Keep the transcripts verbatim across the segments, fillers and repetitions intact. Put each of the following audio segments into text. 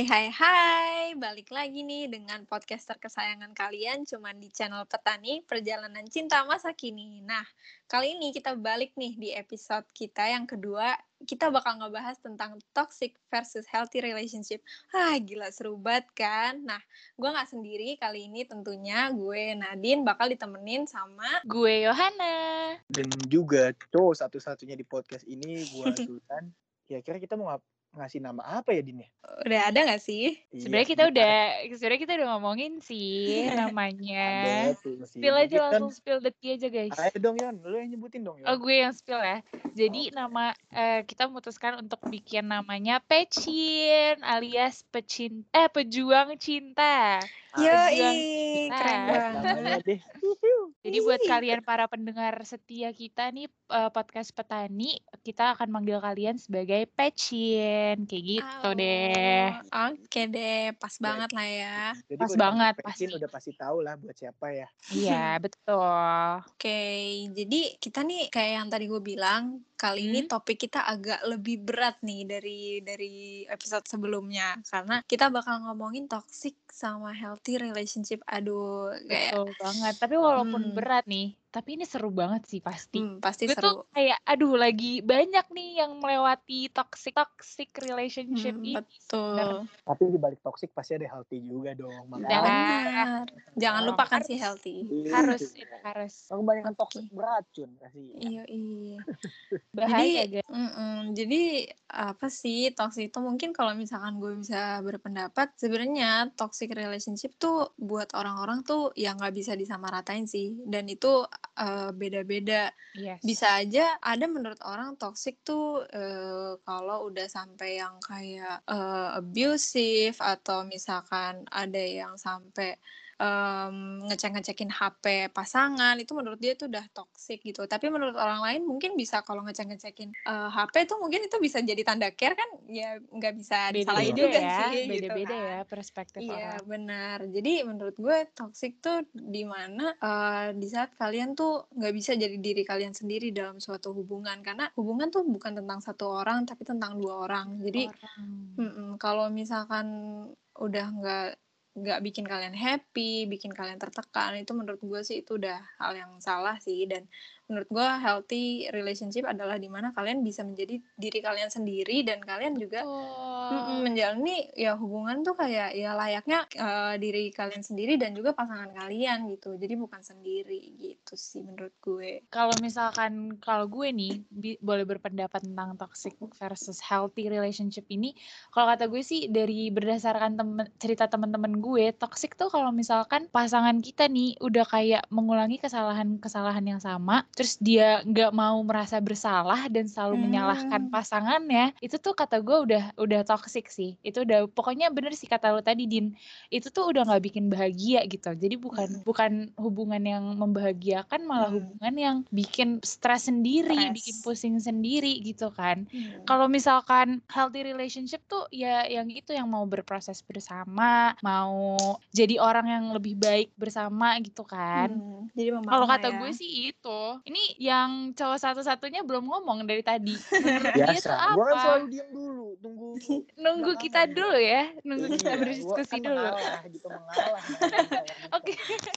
Hai hai hai, balik lagi nih dengan podcaster kesayangan kalian cuman di channel Petani Perjalanan Cinta Masa Kini. Nah, kali ini kita balik nih di episode kita yang kedua. Kita bakal ngebahas tentang toxic versus healthy relationship. Ah, gila seru banget kan? Nah, gue gak sendiri kali ini tentunya. Gue Nadine bakal ditemenin sama... Gue Yohana. Dan juga cowok satu-satunya di podcast ini, gue Sultan. Kira-kira kita mau ngap- ngasih nama apa ya, Din ya? Udah ada gak sih? Sebenarnya Iya, kita benar. udah sebenarnya kita udah ngomongin sih namanya. Ada tuh sih. Spill aja Mungkin langsung kan- spill the tea aja guys. Ayo dong, Yon. Lu yang nyebutin dong, Yon. Oh gue yang spill ya. Jadi nama eh, kita memutuskan untuk bikin namanya Pecin alias pecin eh pejuang cinta. Yoi, Cinta. keren banget. Namanya deh. Jadi buat kalian para pendengar setia kita nih eh, podcast Petani, kita akan manggil kalian sebagai Pecin, kayak gitu Oh, deh. Oke deh, pas banget lah ya. Jadi Pas kalau banget, dipanggil pasti. Pecin udah pasti tahu lah buat siapa ya. Iya, betul. Oke, jadi kita nih kayak yang tadi gue bilang, kali ini Hmm. topik kita agak lebih berat nih dari dari episode sebelumnya, karena kita bakal ngomongin toxic sama healthy relationship. Aduh, kayak Betul banget. Tapi walaupun Hmm. berat nih, tapi ini seru banget sih pasti. hmm, pasti Gue seru. tuh kayak, aduh lagi banyak nih yang melewati toxic toxic relationship Hmm, ini. betul. Tapi di balik toksik pasti ada healthy juga dong. Nah, Makanya Benar. Jangan Oh, lupakan harus. si healthy. Harus, itu harus. kebanyakan Oke. toksik beracun kasih. Iya, iya. Bahaya, Jadi, guys. mm-mm, jadi apa sih toxic itu? Mungkin kalau misalkan gue bisa berpendapat, sebenarnya toxic relationship tuh buat orang-orang tuh yang nggak bisa disamaratain sih, dan itu uh, beda-beda. Yes. Bisa aja ada menurut orang toxic tuh uh, kalau udah sampai yang kayak uh, abusive, atau misalkan ada yang sampai um, ngecek-ngecekin H P pasangan, itu menurut dia tuh udah toxic gitu. Tapi menurut orang lain mungkin bisa kalau ngecek-ngecekin uh, H P tuh mungkin itu bisa jadi tanda care kan, ya nggak bisa disalahin Beda-beda juga ya, sih gitu beda-beda kan. ya perspektif Iya orang. benar. Jadi menurut gue toxic tuh dimana uh, di saat kalian tuh nggak bisa jadi diri kalian sendiri dalam suatu hubungan, karena hubungan tuh bukan tentang satu orang tapi tentang dua orang. Jadi Orang. mm-mm, kalau misalkan udah nggak nggak bikin kalian happy, bikin kalian tertekan, itu menurut gue sih itu udah hal yang salah sih. Dan menurut gue healthy relationship adalah dimana kalian bisa menjadi diri kalian sendiri, dan kalian juga mm-mm, menjalani ya hubungan tuh kayak ya layaknya uh, diri kalian sendiri dan juga pasangan kalian gitu. Jadi bukan sendiri gitu sih menurut gue. Kalau misalkan kalau gue nih bi- boleh berpendapat tentang toxic versus healthy relationship ini, kalau kata gue sih dari berdasarkan temen, cerita teman-teman gue, toxic tuh kalau misalkan pasangan kita nih udah kayak mengulangi kesalahan-kesalahan yang sama, terus dia nggak mau merasa bersalah dan selalu Hmm. menyalahkan pasangannya, itu tuh kata gue udah udah toxic sih. Itu udah pokoknya bener sih kata lo tadi Din, itu tuh udah nggak bikin bahagia gitu. Jadi bukan Hmm. bukan hubungan yang membahagiakan, malah Hmm. hubungan yang bikin stres sendiri, Stres. bikin pusing sendiri gitu kan. Hmm. Kalau misalkan healthy relationship tuh ya yang itu yang mau berproses bersama, mau jadi orang yang lebih baik bersama gitu kan. Hmm. Jadi Kalau memahami kata ya. gue sih itu. Ini yang cowok satu-satunya belum ngomong dari tadi. Menurut dia tuh Biasa. Gue kan apa? selalu diam dulu, tunggu Nunggu belakangan. kita dulu ya, nunggu kita Iya, gua berdiskusi kan dulu. mengalah gitu, mengalah. Nah, Oke.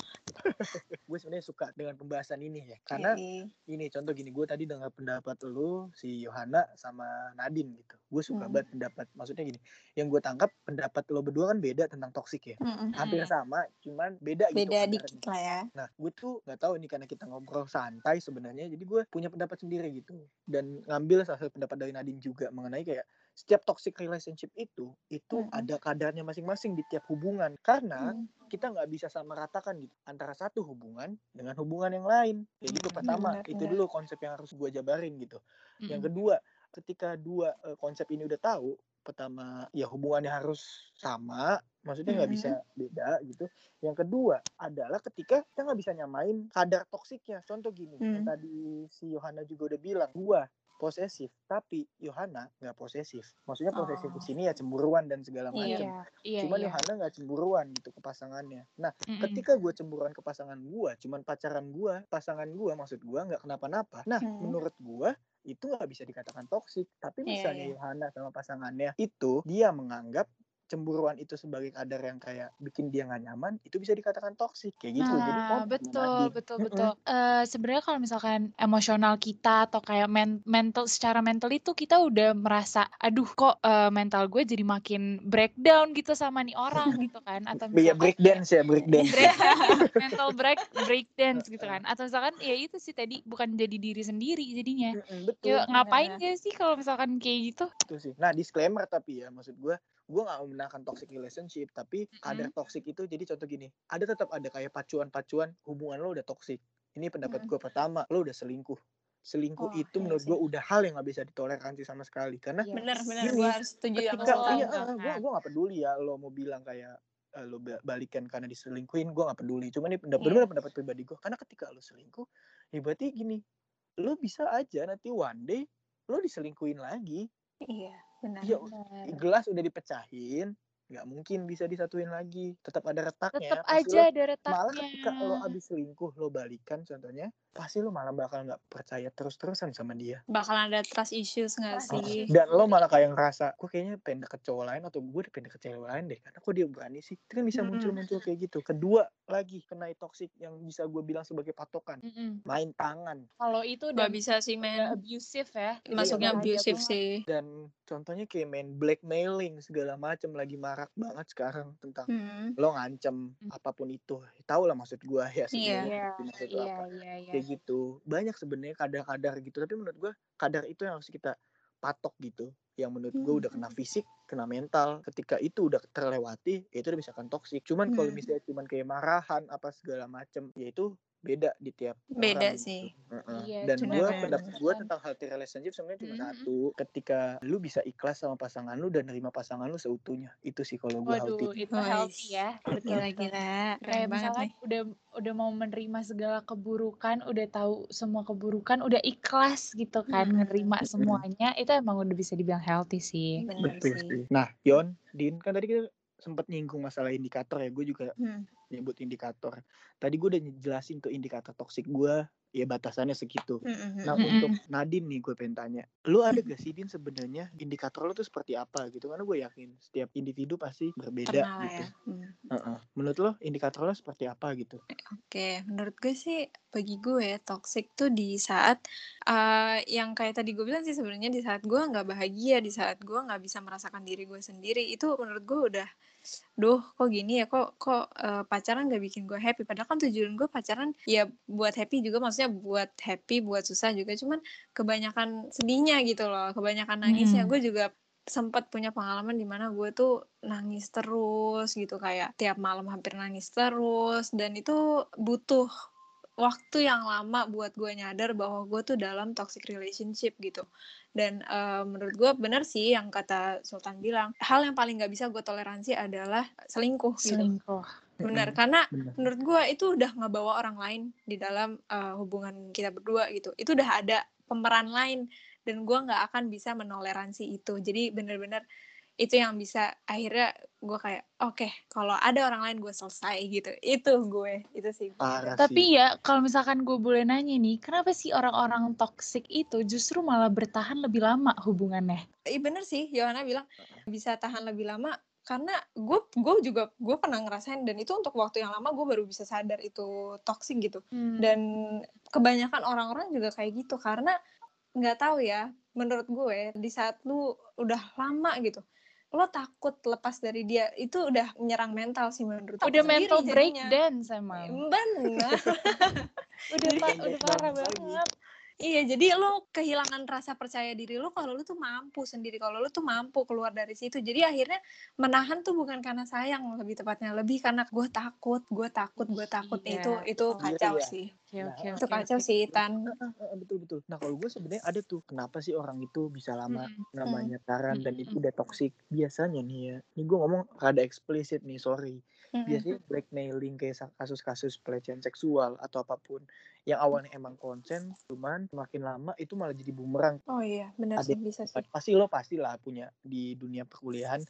gue sebenarnya suka dengan pembahasan ini ya, karena Oke. ini contoh gini, gue tadi dengar pendapat lu si Yohana sama Nadine gitu, gue suka Hmm. banget pendapat, maksudnya gini, yang gue tangkap pendapat lo berdua kan beda tentang toksik ya, Mm-mm. hampir sama, cuman beda, gitu Beda kadarnya. dikit lah ya. Nah, gue tuh nggak tahu ini karena kita ngobrol santai sebenarnya, jadi gue punya pendapat sendiri gitu, dan ngambil salah satu pendapat dari Nadine juga mengenai kayak setiap toxic relationship itu itu Mm-mm. ada kadarnya masing-masing di tiap hubungan, karena Hmm. kita nggak bisa sama ratakan gitu antara satu hubungan dengan hubungan yang lain. Kayak gitu pertama, Benar, itu benar. dulu konsep yang harus gue jabarin gitu. Mm-mm. Yang kedua, ketika dua uh, konsep ini udah tahu, pertama ya hubungannya harus sama, maksudnya nggak Mm-mm. bisa beda gitu. Yang kedua adalah ketika kita nggak bisa nyamain kadar toksiknya. Contoh gini, yang Hmm. tadi si Yohana juga udah bilang, gua posesif, tapi Yohana nggak posesif. Maksudnya posesif Oh. di sini ya cemburuan dan segala macam. Iya. Iya, Cuman iya. Yohana nggak cemburuan gitu ke pasangannya. Nah, Mm-mm. ketika gue cemburuan ke pasangan gue, cuman pacaran gue, pasangan gue maksud gue nggak kenapa-napa. Nah, Hmm. menurut gue itu nggak bisa dikatakan toksik. Tapi Iya, misalnya iya. Yohana sama pasangannya itu dia menganggap kecemburuan itu sebagai kadar yang kayak bikin dia nggak nyaman, itu bisa dikatakan toksik kayak gitu. Jadi Nah, sama sama betul, Nadine. betul, Mm-mm. betul. Eh sebenarnya kalau misalkan emosional kita atau kayak men- mental secara mental itu kita udah merasa, aduh kok eh, mental gue jadi makin breakdown gitu sama nih orang gitu kan, atau Iya misalkan break dance ya break dance. break mental break breakdance gitu kan, atau misalkan ya itu sih tadi bukan jadi diri sendiri jadinya. Mm-mm, betul. Ya ngapain Benar. gak sih kalau misalkan kayak gitu? Itu sih. Nah disclaimer tapi ya maksud gue, gue nggak membenarkan toxic relationship, tapi kadar Mm-mm. toxic itu jadi contoh gini, ada tetap ada kayak pacuan-pacuan hubungan lo udah toxic. Ini pendapat Mm. gue pertama, lo udah selingkuh. Selingkuh Oh, itu iya menurut sih. gue udah hal yang nggak bisa ditoleransi sama sekali karena Bener, Yes. bener. Gue gini, harus setuju sama ketika Sultan. iya banget. gue gue nggak peduli ya lo mau bilang kayak eh, lo ba- balikan karena diselingkuhin, gue nggak peduli. Cuman ini pendapat Iya. bener pendapat pribadi gue, karena ketika lo selingkuh, ya berarti gini, lo bisa aja nanti one day lo diselingkuhin lagi. Iya, benar. Iya, Benar. gelas udah dipecahin, nggak mungkin bisa disatuin lagi. Tetap ada retaknya. Tetap Pasti aja lo ada malah retaknya. ketika lo abis selingkuh lo balikan contohnya, pasti lo malah bakal nggak percaya terus-terusan sama dia. Bakalan ada trust issues nggak Trust sih? Dan lo malah kayak ngerasa, gue kayaknya pengen deket cowok lain atau gue udah pengen deket cewek lain deh. Karena kok dia berani sih. Itu kan bisa Mm-mm. muncul-muncul kayak gitu. Kedua lagi kena toxic yang bisa gue bilang sebagai patokan. Mm-mm. Main tangan. Kalau itu udah Gak bisa sih, udah men. abusive ya. Itu Masuknya bahaya abusive banget. sih. Dan contohnya kayak main blackmailing segala macam lagi marak banget sekarang tentang Hmm. lo ngancem apapun itu. Tahu lah maksud gua ya Iya. sebenarnya Iya, maksud iya, apa. iya, iya. Kayak gitu. Banyak sebenarnya kadar-kadar gitu, tapi menurut gua kadar itu yang harus kita patok gitu. Yang menurut gua Hmm. udah kena fisik, kena mental. Ketika itu udah terlewati, ya itu udah bisa kan toksik. Cuman kalau Hmm. misalnya cuman kayak marahan apa segala macem, ya itu beda di tiap Beda orang sih. gitu. Uh-uh. Iya, Dan cuman gue kalau pendapat gue misalkan tentang healthy relationship sebenarnya cuma Mm-mm. satu, ketika lu bisa ikhlas sama pasangan lu dan nerima pasangan lu seutuhnya, itu sih kalau gue healthy. Waduh, itu Wih, healthy ya. Betul, betul. gila-gila. Keren Kayak banget misalkan nih. udah udah mau menerima segala keburukan, udah tahu semua keburukan, udah ikhlas gitu kan, Hmm. menerima Mm-mm. semuanya, itu emang udah bisa dibilang healthy sih. Bener Betul sih. sih. Nah, Yon, Din, kan tadi kita sempat nyinggung masalah indikator ya, gue juga Hmm. nyebut indikator. Tadi gue udah jelasin tuh indikator toksik gue, ya batasannya segitu. Hmm. Nah, Mm-mm. untuk Nadine nih gue pengen tanya, lu ada gak sih Din sebenarnya indikator lu tuh seperti apa gitu? Karena gue yakin setiap individu pasti berbeda Pernah lah gitu. ya. Hmm. Uh-uh. Menurut lo indikator lo seperti apa gitu? Oke, menurut gue sih bagi gue toxic tuh di saat uh, yang kayak tadi gue bilang sih sebenarnya di saat gue nggak bahagia, di saat gue nggak bisa merasakan diri gue sendiri, itu menurut gue udah, duh kok gini ya, kok kok uh, pacaran gak bikin gue happy. Padahal kan tujuan gue pacaran ya buat happy juga, maksudnya buat happy, buat susah juga. Cuman kebanyakan sedihnya gitu loh, kebanyakan nangisnya. Mm-mm. Gue juga sempat punya pengalaman di mana gue tuh nangis terus gitu, kayak tiap malam hampir nangis terus, dan itu butuh waktu yang lama buat gue nyadar bahwa gue tuh dalam toxic relationship gitu. Dan uh, menurut gue bener sih yang kata Sultan bilang, hal yang paling gak bisa gue toleransi adalah selingkuh gitu. Selingkuh. Benar, karena Benar. menurut gue itu udah ngebawa orang lain di dalam uh, hubungan kita berdua gitu. Itu udah ada pemeran lain, dan gue gak akan bisa menoleransi itu. Jadi bener-bener itu yang bisa akhirnya gue kayak oke, okay, kalau ada orang lain gue selesai gitu. Itu gue, itu sih. Parah Tapi sih. ya kalau misalkan gue boleh nanya nih, kenapa sih orang-orang toksik itu justru malah bertahan lebih lama hubungannya? Iya bener sih, Yohana bilang bisa tahan lebih lama karena gue gue juga gue pernah ngerasain, dan itu untuk waktu yang lama gue baru bisa sadar itu toksik gitu. Hmm. Dan kebanyakan orang-orang juga kayak gitu karena nggak tahu ya, menurut gue di saat lu udah lama gitu, lo takut lepas dari dia, itu udah menyerang mental sih menurut gue. Udah mental Sendiri jadinya. breakdance emang. Bener. udah Jadi, pa- udah parah banget. Iya, jadi lo kehilangan rasa percaya diri lo kalau lo tuh mampu sendiri, kalau lo tuh mampu keluar dari situ. Jadi akhirnya menahan tuh bukan karena sayang, lebih tepatnya lebih karena gue takut, gue takut, gue takut. Iya. Itu itu kacau Iya. sih. Oke, Nah, oke, Itu oke, kacau oke. sih, Tan. betul betul. Nah kalau gue sebenarnya ada tuh, kenapa sih orang itu bisa lama Mm-mm. namanya pacaran dan Mm-mm. itu udah toksik? Biasanya nih ya, ini gue ngomong rada eksplisit nih, sorry. Mm-mm. Biasanya blackmailing kayak kasus-kasus pelecehan seksual atau apapun yang awalnya emang konsen, cuman semakin lama itu malah jadi bumerang. Oh iya, benar Ada sih, bisa sih. pasti lo pastilah punya di dunia perkuliahan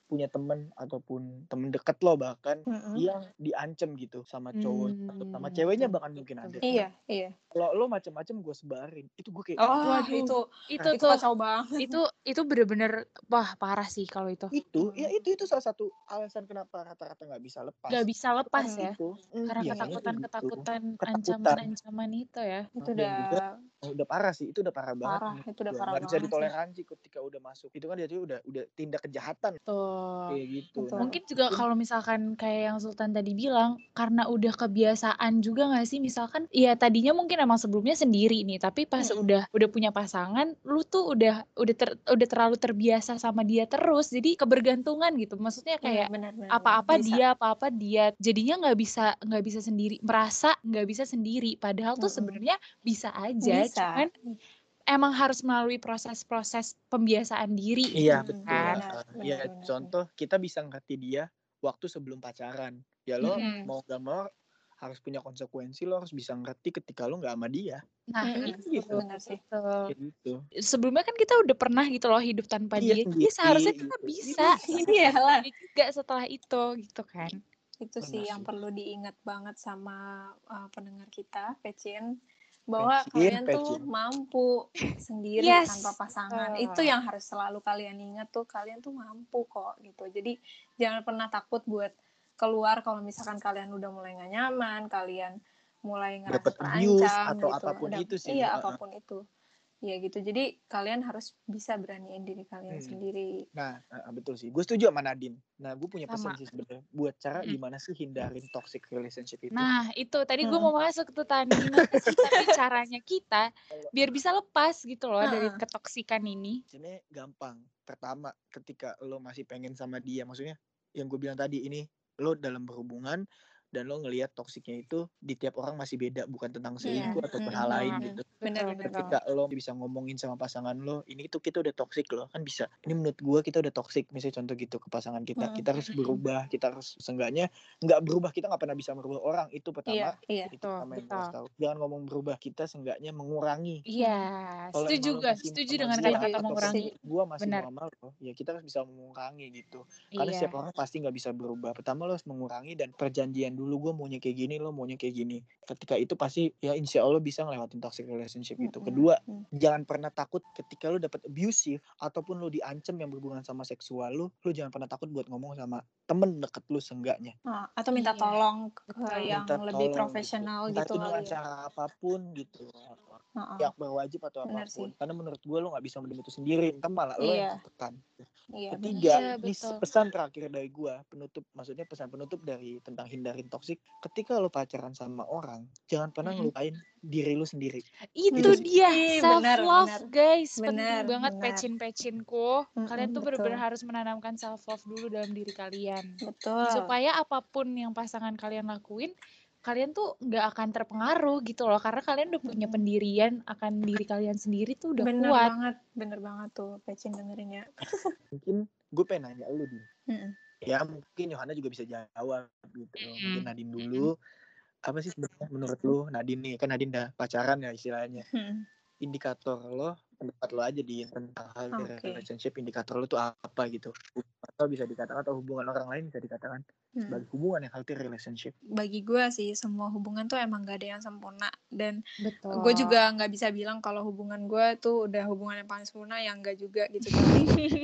punya temen ataupun temen deket lo bahkan Mm-mm. yang diancam gitu sama cowok atau sama Hmm, ceweknya betul, bahkan mungkin betul, ada. betul. Iya, iya. Kalau lo macam-macam gue sebarin, itu gue kayak Oh, Waduh, itu itu itu tuh, kacau banget. itu itu bener-bener wah parah sih kalau itu. itu ya Hmm. itu itu salah satu alasan kenapa rata-rata nggak bisa lepas. Nggak bisa lepas Karena ya, itu, mm, karena biasanya kayak gitu. ketakutan-ketakutan, Ketakutan. ancaman-ancaman itu ya. Itu Dan udah juga oh, udah parah sih, itu udah parah banget. parah, menurut itu udah gua. parah Nggak bisa banget sih. ditoleransi ketika udah masuk. Itu kan dia udah udah tindak kejahatan Tuh. kayak gitu. Betul. Nah, Mungkin juga kalau misalkan kayak yang Sultan tadi bilang, karena udah kebiasaan juga nggak sih, misalkan ya tadinya mungkin emang sebelumnya sendiri nih, tapi pas Mm-mm. udah udah punya pasangan, lu tuh udah udah ter, udah terlalu terbiasa sama dia terus, jadi kebergantungan gitu. Maksudnya Iya, kayak benar benar. apa-apa Bisa. dia, apa-apa dia, jadinya nggak bisa nggak bisa sendiri, merasa nggak bisa sendiri. Padahal tuh Mm-mm. sebenarnya bisa aja, Bisa. cuman emang harus melalui proses-proses pembiasaan diri iya gitu betul. kan. Benar, Uh, ya benar, benar. contoh kita bisa ngerti dia waktu sebelum pacaran. Ya lo Mm-mm. mau gak mau harus punya konsekuensi, lo harus bisa ngerti ketika lo nggak sama dia. Nah, Mm-mm. itu Gitu. Benar sih. betul. Kayak gitu. Sebelumnya kan kita udah pernah gitu loh hidup tanpa Iya dia. Jadi sendiri seharusnya kita gitu. bisa hidup Iya tanpa lah. dia juga setelah itu gitu kan. Itu sih Benar yang sih. perlu diingat banget sama uh, pendengar kita, Pecin, bahwa Pecin, kalian tuh pecin. mampu sendiri Yes. tanpa pasangan. betul. Itu yang harus selalu kalian ingat tuh, kalian tuh mampu kok gitu. Jadi jangan pernah takut buat keluar kalau misalkan kalian udah mulai gak nyaman, kalian mulai ngerasa Dapat abuse terancam atau gitu. apapun Udah, itu sih. iya Uh-uh. apapun itu. Ya gitu. Jadi kalian harus bisa beraniin diri kalian Hmm. sendiri. Nah, uh, betul sih. Gue setuju sama Nadine. Nah, gue punya Sama. pesan sih sebenarnya buat cara Mm-mm. gimana sih hindarin toxic relationship itu. Nah, itu tadi gue Mm-mm. mau masuk tuh Tan. Gimana sih tapi caranya kita Kalau biar bisa lepas gitu loh dari Uh-uh. ketoksikan ini. sebenarnya gampang. Pertama, ketika lo masih pengen sama dia, maksudnya yang gue bilang tadi ini, lo dalam berhubungan dan lo ngelihat toksiknya itu di tiap orang masih beda, bukan tentang Iya. selingkuh ataupun Mm-mm. hal lain Hmm. gitu. Benar-benar Ketika lo bisa ngomongin sama pasangan lo, ini itu kita udah toksik loh, kan bisa. Ini menurut gue kita udah toksik, misalnya contoh gitu ke pasangan kita. Mm-mm. Kita harus berubah, kita harus seenggaknya nggak berubah, kita nggak pernah bisa merubah orang. Itu Iya, pertama, iya. itu Betul, pertama yang betul. harus tahu. Jangan ngomong berubah, kita seenggaknya mengurangi. Iya, Kalau setuju emang lo gak? masih mau Setuju sama dengan gua kata-kata Setuju, mengurangi. setuju. ataupun gua masih Benar. mau sama lo, ya kita harus bisa mengurangi gitu. Karena Iya. setiap orang pasti nggak bisa berubah. Pertama lo harus mengurangi dan perjanjian dulu, gua maunya kayak gini, lo maunya kayak gini. Ketika itu pasti ya insya Allah bisa ngelewatin toxic relationship itu. Mm-mm. Kedua, Mm. jangan pernah takut ketika lo dapet abusive ataupun lo diancam yang berhubungan sama seksual lo, lo jangan pernah takut buat ngomong sama temen deket lo seenggaknya. Ah, atau minta Iya. tolong ke Betul. yang Minta lebih tolong gitu. profesional Entah gitu itu dengan kali ya. cara apapun gitu. Uh-uh. Yang berwajib atau Benar apapun. sih. Karena menurut gue lo gak bisa mendem itu sendiri. Entah malah lo yang Iya, tertekan. iya benar. Ketiga, Iya, ini betul. pesan terakhir dari gue, penutup, maksudnya pesan penutup dari tentang hindarin toksik. Ketika lo pacaran sama orang, jangan pernah Mm-mm. ngelupain diri lo sendiri. Itu Itu sih. dia, Ih, self benar, love benar. guys. Benar, Penting banget benar. pecin-pecinku. Kalian Mm-mm, tuh betul. benar-benar harus menanamkan self love dulu dalam diri kalian. Betul. Supaya apapun yang pasangan kalian lakuin, kalian tuh nggak akan terpengaruh gitu loh. Karena kalian udah punya Mm-mm. pendirian akan diri kalian sendiri tuh udah Benar kuat. banget, benar banget tuh Pecin dengerinnya. Mungkin gue pengen nanya lo, Din. Mm-mm. Ya mungkin Yohana juga bisa jawab gitu. Mungkin Mm-mm. Nadine Mm-mm. dulu. Apa sih sebenarnya menurut lo, Nadine nih, kan Nadine udah pacaran ya istilahnya. Mm-mm. Indikator lo, pendapat lo aja di tentang hal Oke. relationship, indikator lo tuh apa gitu, atau bisa dikatakan, atau hubungan orang lain bisa dikatakan Mm. sebagai hubungan yang healthy relationship. Bagi gue sih semua hubungan tuh emang gak ada yang sempurna, dan Betul. gue juga nggak bisa bilang kalau hubungan gue tuh udah hubungan yang paling sempurna, yang enggak juga gitu. Tapi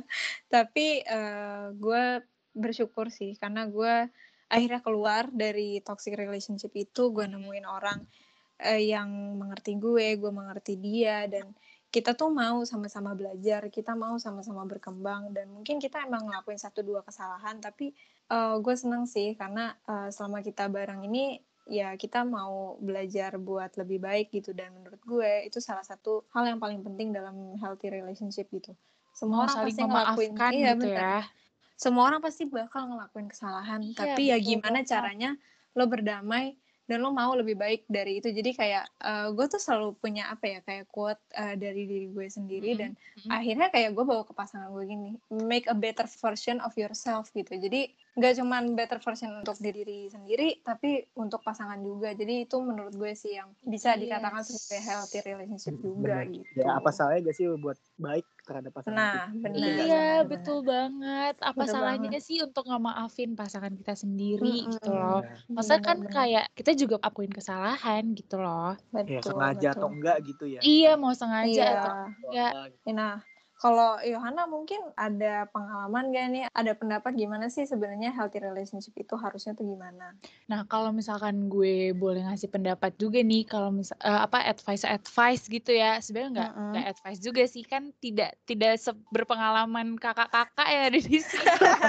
tapi uh, gue bersyukur sih karena gue akhirnya keluar dari toxic relationship itu. Gue nemuin orang uh, yang mengerti gue, gue mengerti dia, dan kita tuh mau sama-sama belajar, kita mau sama-sama berkembang, dan mungkin kita emang ngelakuin satu dua kesalahan, tapi uh, gue seneng sih karena uh, selama kita bareng ini ya kita mau belajar buat lebih baik gitu. Dan menurut gue itu salah satu hal yang paling penting dalam healthy relationship gitu. Semua Mau orang saling pasti ngelakuin, memaafkan iya gitu benar. ya. Semua orang pasti bakal ngelakuin kesalahan, Iya, tapi ya betul gimana banget. caranya lo berdamai dan lo mau lebih baik dari itu. Jadi kayak uh, gue tuh selalu punya apa ya, kayak quote uh, dari diri gue sendiri, Mm-mm. dan Mm-mm. akhirnya kayak gue bawa ke pasangan gue gini, make a better version of yourself gitu. Jadi nggak cuman better version untuk diri sendiri, tapi untuk pasangan juga. Jadi itu menurut gue sih yang bisa dikatakan sebagai healthy relationship juga Bener. gitu. Ya apa salahnya gak sih buat baik terhadap pasangan Nah, kita. benar. Iya nggak sih? Iya, benar, betul banget. Apa Betul salahnya banget. sih untuk ngemaafin pasangan kita sendiri gitu Mm-mm. loh. Iya. Maksudnya kan Benar-benar. kayak kita juga akuin kesalahan gitu loh. Ya Betul, sengaja atau betul. enggak gitu ya. Iya, mau sengaja Iya. atau enggak. Apa gitu. Nah, kalau Yohana mungkin ada pengalaman gak nih? Ada pendapat gimana sih sebenarnya healthy relationship itu harusnya tuh gimana? Nah, kalau misalkan gue boleh ngasih pendapat juga nih, kalau misal eh, apa advice advice gitu ya, sebenarnya nggak Mm-mm. nggak advice juga sih, kan tidak tidak se- berpengalaman kakak-kakak ya di sini.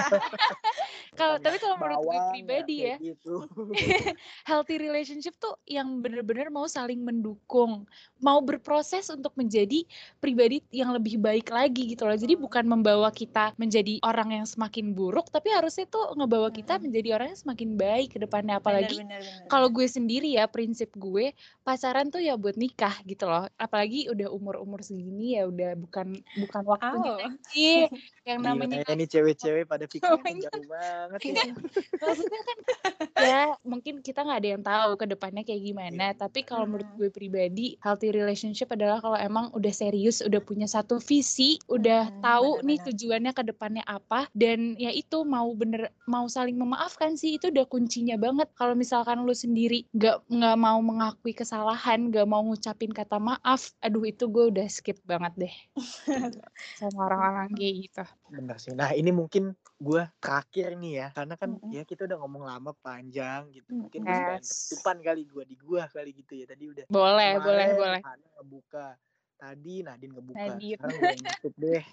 Kalau tapi kalau menurut gue Bawang ya pribadi ya, kayak gitu. healthy relationship tuh yang benar-benar mau saling mendukung, mau berproses untuk menjadi pribadi yang lebih baik lagi gitu loh. Jadi bukan membawa kita menjadi orang yang semakin buruk, tapi harusnya tuh ngebawa kita Mm-mm. menjadi orang yang semakin baik ke depannya. Benar, Apalagi benar, benar. kalau benar. gue sendiri ya, prinsip gue pacaran tuh ya buat nikah gitu loh. Apalagi udah umur-umur segini ya udah bukan bukan waktunya Oh. lagi yang namanya Gila, ini cewek-cewek pada pikirnya jauh banget ya. maksudnya kan ya mungkin kita nggak ada yang tahu ke depannya kayak gimana, Iya. tapi kalau menurut Mm-mm. gue pribadi healthy relationship adalah kalau emang udah serius, udah punya satu visi, udah Mm-mm, tahu nih benar-benar. tujuannya ke depannya apa, dan ya itu mau bener mau saling memaafkan sih, itu udah kuncinya banget. Kalau misalkan lu sendiri nggak nggak mau mengakui kesalahan, nggak mau ngucapin kata maaf, aduh itu gue udah skip banget deh sama orang-orang kayak gitu. Bener sih. Nah ini mungkin gue terakhir nih ya, karena kan Mm-mm. ya kita udah ngomong lama panjang gitu. Mungkin gue Mm-mm. sekalian Yes. penutupan kali gue di gue kali gitu ya. Tadi udah Boleh, boleh, kemarin boleh. Hana ngebuka, tadi Nadine ngebuka, Nadine. sekarang gue yang nutup deh.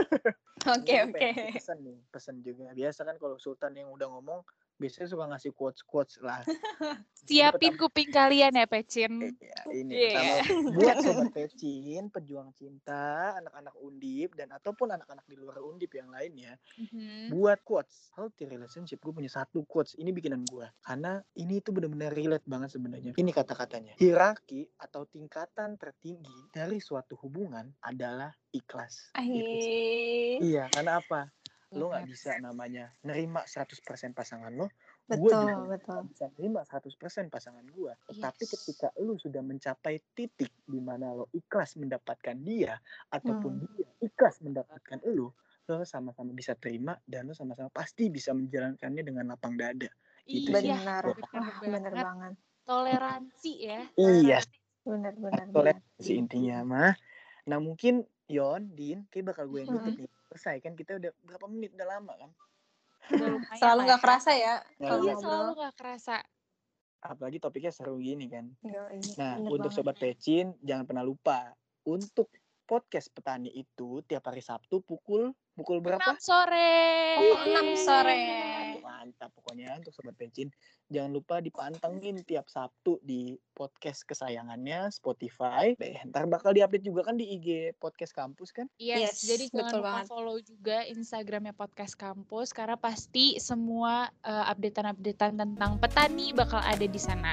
Oke, Ini gue oke. pengen ngasih pesan nih, pesan juga. Biasa kan kalau Sultan yang udah ngomong, biasanya suka ngasih quotes-quotes lah. Siapin Pertama, kuping kalian ya, Pecin. ya, ini Iya. pertama buat sobat Pecin, pejuang cinta, anak-anak Undip dan ataupun anak-anak di luar Undip yang lainnya, Mhm. buat quotes healthy relationship. Gue punya satu quotes, ini bikinan gue karena ini tuh benar-benar relate banget sebenarnya. Ini kata-katanya, hierarki atau tingkatan tertinggi dari suatu hubungan adalah ikhlas. Gitu sih. Ai. Iya, karena apa? Lo nggak Bener. bisa namanya nerima seratus persen pasangan lo, gue Betul, juga betul. nggak bisa nerima seratus persen pasangan gue. Tetapi Yes. ketika lo sudah mencapai titik di mana lo ikhlas mendapatkan dia ataupun Hmm. dia ikhlas mendapatkan lo, lo sama-sama bisa terima dan lo sama-sama pasti bisa menjalankannya dengan lapang dada. Gitu sih. Benar. Bener Wah, benar banget. banget. Toleransi ya. Iya, Benar, benar, benar. toleransi intinya mah. Nah mungkin Yon, Din, kayak bakal gue yang nutup Mm-mm. nih. Selesai kan kita udah berapa menit, udah lama kan? Udah lumayan Selalu lah nggak ya. kerasa ya Nggak kalau Iya, kerasa. selalu ngobrol. nggak kerasa. Apalagi topiknya seru gini kan. Yoi, Nah, bener untuk banget. Sobat Pecin, jangan pernah lupa untuk podcast Petani itu tiap hari Sabtu pukul pukul berapa? enam sore. Pukul enam sore. Mantap pokoknya untuk Sobat Pecin. Jangan lupa dipantengin tiap Sabtu di podcast kesayangannya Spotify. Eh, ntar bakal diupdate juga kan di I G Podcast Kampus kan? Yes, Yes, jadi jangan betul lupa banget. follow juga Instagramnya Podcast Kampus karena pasti semua uh, updatean-updatean tentang petani bakal ada di sana.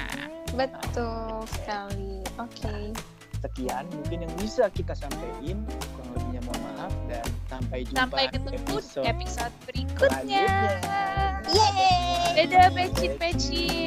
Betul sekali. Oke. Sekian mungkin yang bisa kita sampaikan. Kurang lebihnya mohon maaf dan sampai jumpa Sampai ketemu di episode episode berikutnya. selanjutnya. Yeay. Dadah, Pecin-Pecin.